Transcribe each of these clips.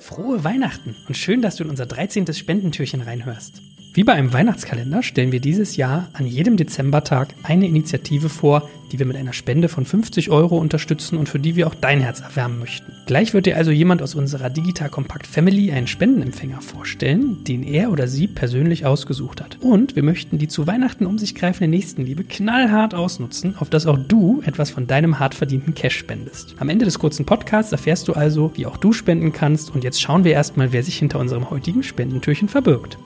Frohe Weihnachten und schön, dass du in unser 13. Spendentürchen reinhörst. Wie bei einem Weihnachtskalender stellen wir dieses Jahr an jedem Dezembertag eine Initiative vor, die wir mit einer Spende von 50 € unterstützen und für die wir auch dein Herz erwärmen möchten. Gleich wird dir also jemand aus unserer Digital Compact Family einen Spendenempfänger vorstellen, den er oder sie persönlich ausgesucht hat. Und wir möchten die zu Weihnachten um sich greifende Nächstenliebe knallhart ausnutzen, auf dass auch du etwas von deinem hart verdienten Cash spendest. Am Ende des kurzen Podcasts erfährst du also, wie auch du spenden kannst, und jetzt schauen wir erstmal, wer sich hinter unserem heutigen Spendentürchen verbirgt.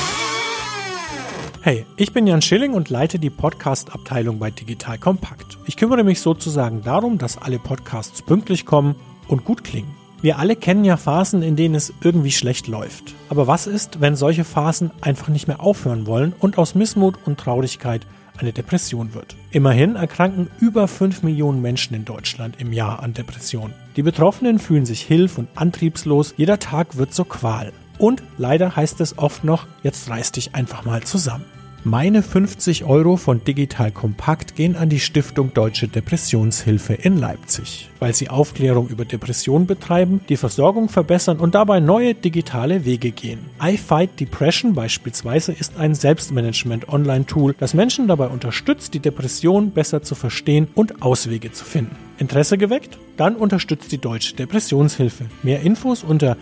Hey, ich bin Jan Schilling und leite die Podcast-Abteilung bei Digital Compact. Ich kümmere mich sozusagen darum, dass alle Podcasts pünktlich kommen und gut klingen. Wir alle kennen ja Phasen, in denen es irgendwie schlecht läuft. Aber was ist, wenn solche Phasen einfach nicht mehr aufhören wollen und aus Missmut und Traurigkeit eine Depression wird? Immerhin erkranken über 5 Millionen Menschen in Deutschland im Jahr an Depressionen. Die Betroffenen fühlen sich hilf- und antriebslos, jeder Tag wird zur Qual. Und leider heißt es oft noch, jetzt reiß dich einfach mal zusammen. Meine 50 € von Digital Compact gehen an die Stiftung Deutsche Depressionshilfe in Leipzig, weil sie Aufklärung über Depressionen betreiben, die Versorgung verbessern und dabei neue digitale Wege gehen. I Fight Depression beispielsweise ist ein Selbstmanagement-Online-Tool, das Menschen dabei unterstützt, die Depression besser zu verstehen und Auswege zu finden. Interesse geweckt? Dann unterstützt die Deutsche Depressionshilfe. Mehr Infos unter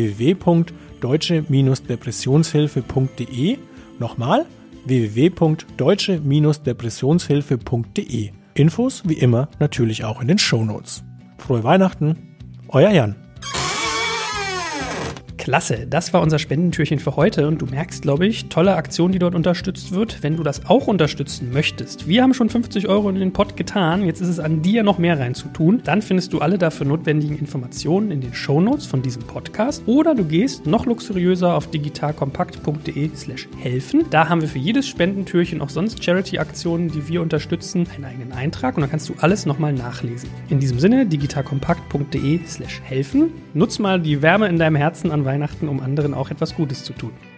www.deutsche-depressionshilfe.de. Nochmal www.deutsche-depressionshilfe.de. Infos wie immer natürlich auch in den Shownotes. Frohe Weihnachten, euer Jan. Klasse, das war unser Spendentürchen für heute und du merkst, glaube ich, tolle Aktion, die dort unterstützt wird. Wenn du das auch unterstützen möchtest, wir haben schon 50 € in den Pott getan, jetzt ist es an dir, noch mehr reinzutun, dann findest du alle dafür notwendigen Informationen in den Shownotes von diesem Podcast oder du gehst noch luxuriöser auf digitalkompakt.de/helfen. Da haben wir für jedes Spendentürchen auch sonst Charity-Aktionen, die wir unterstützen, einen eigenen Eintrag und dann kannst du alles nochmal nachlesen. In diesem Sinne, digitalkompakt.de/helfen. Nutz mal die Wärme in deinem Herzen an Weihnachten, um anderen auch etwas Gutes zu tun.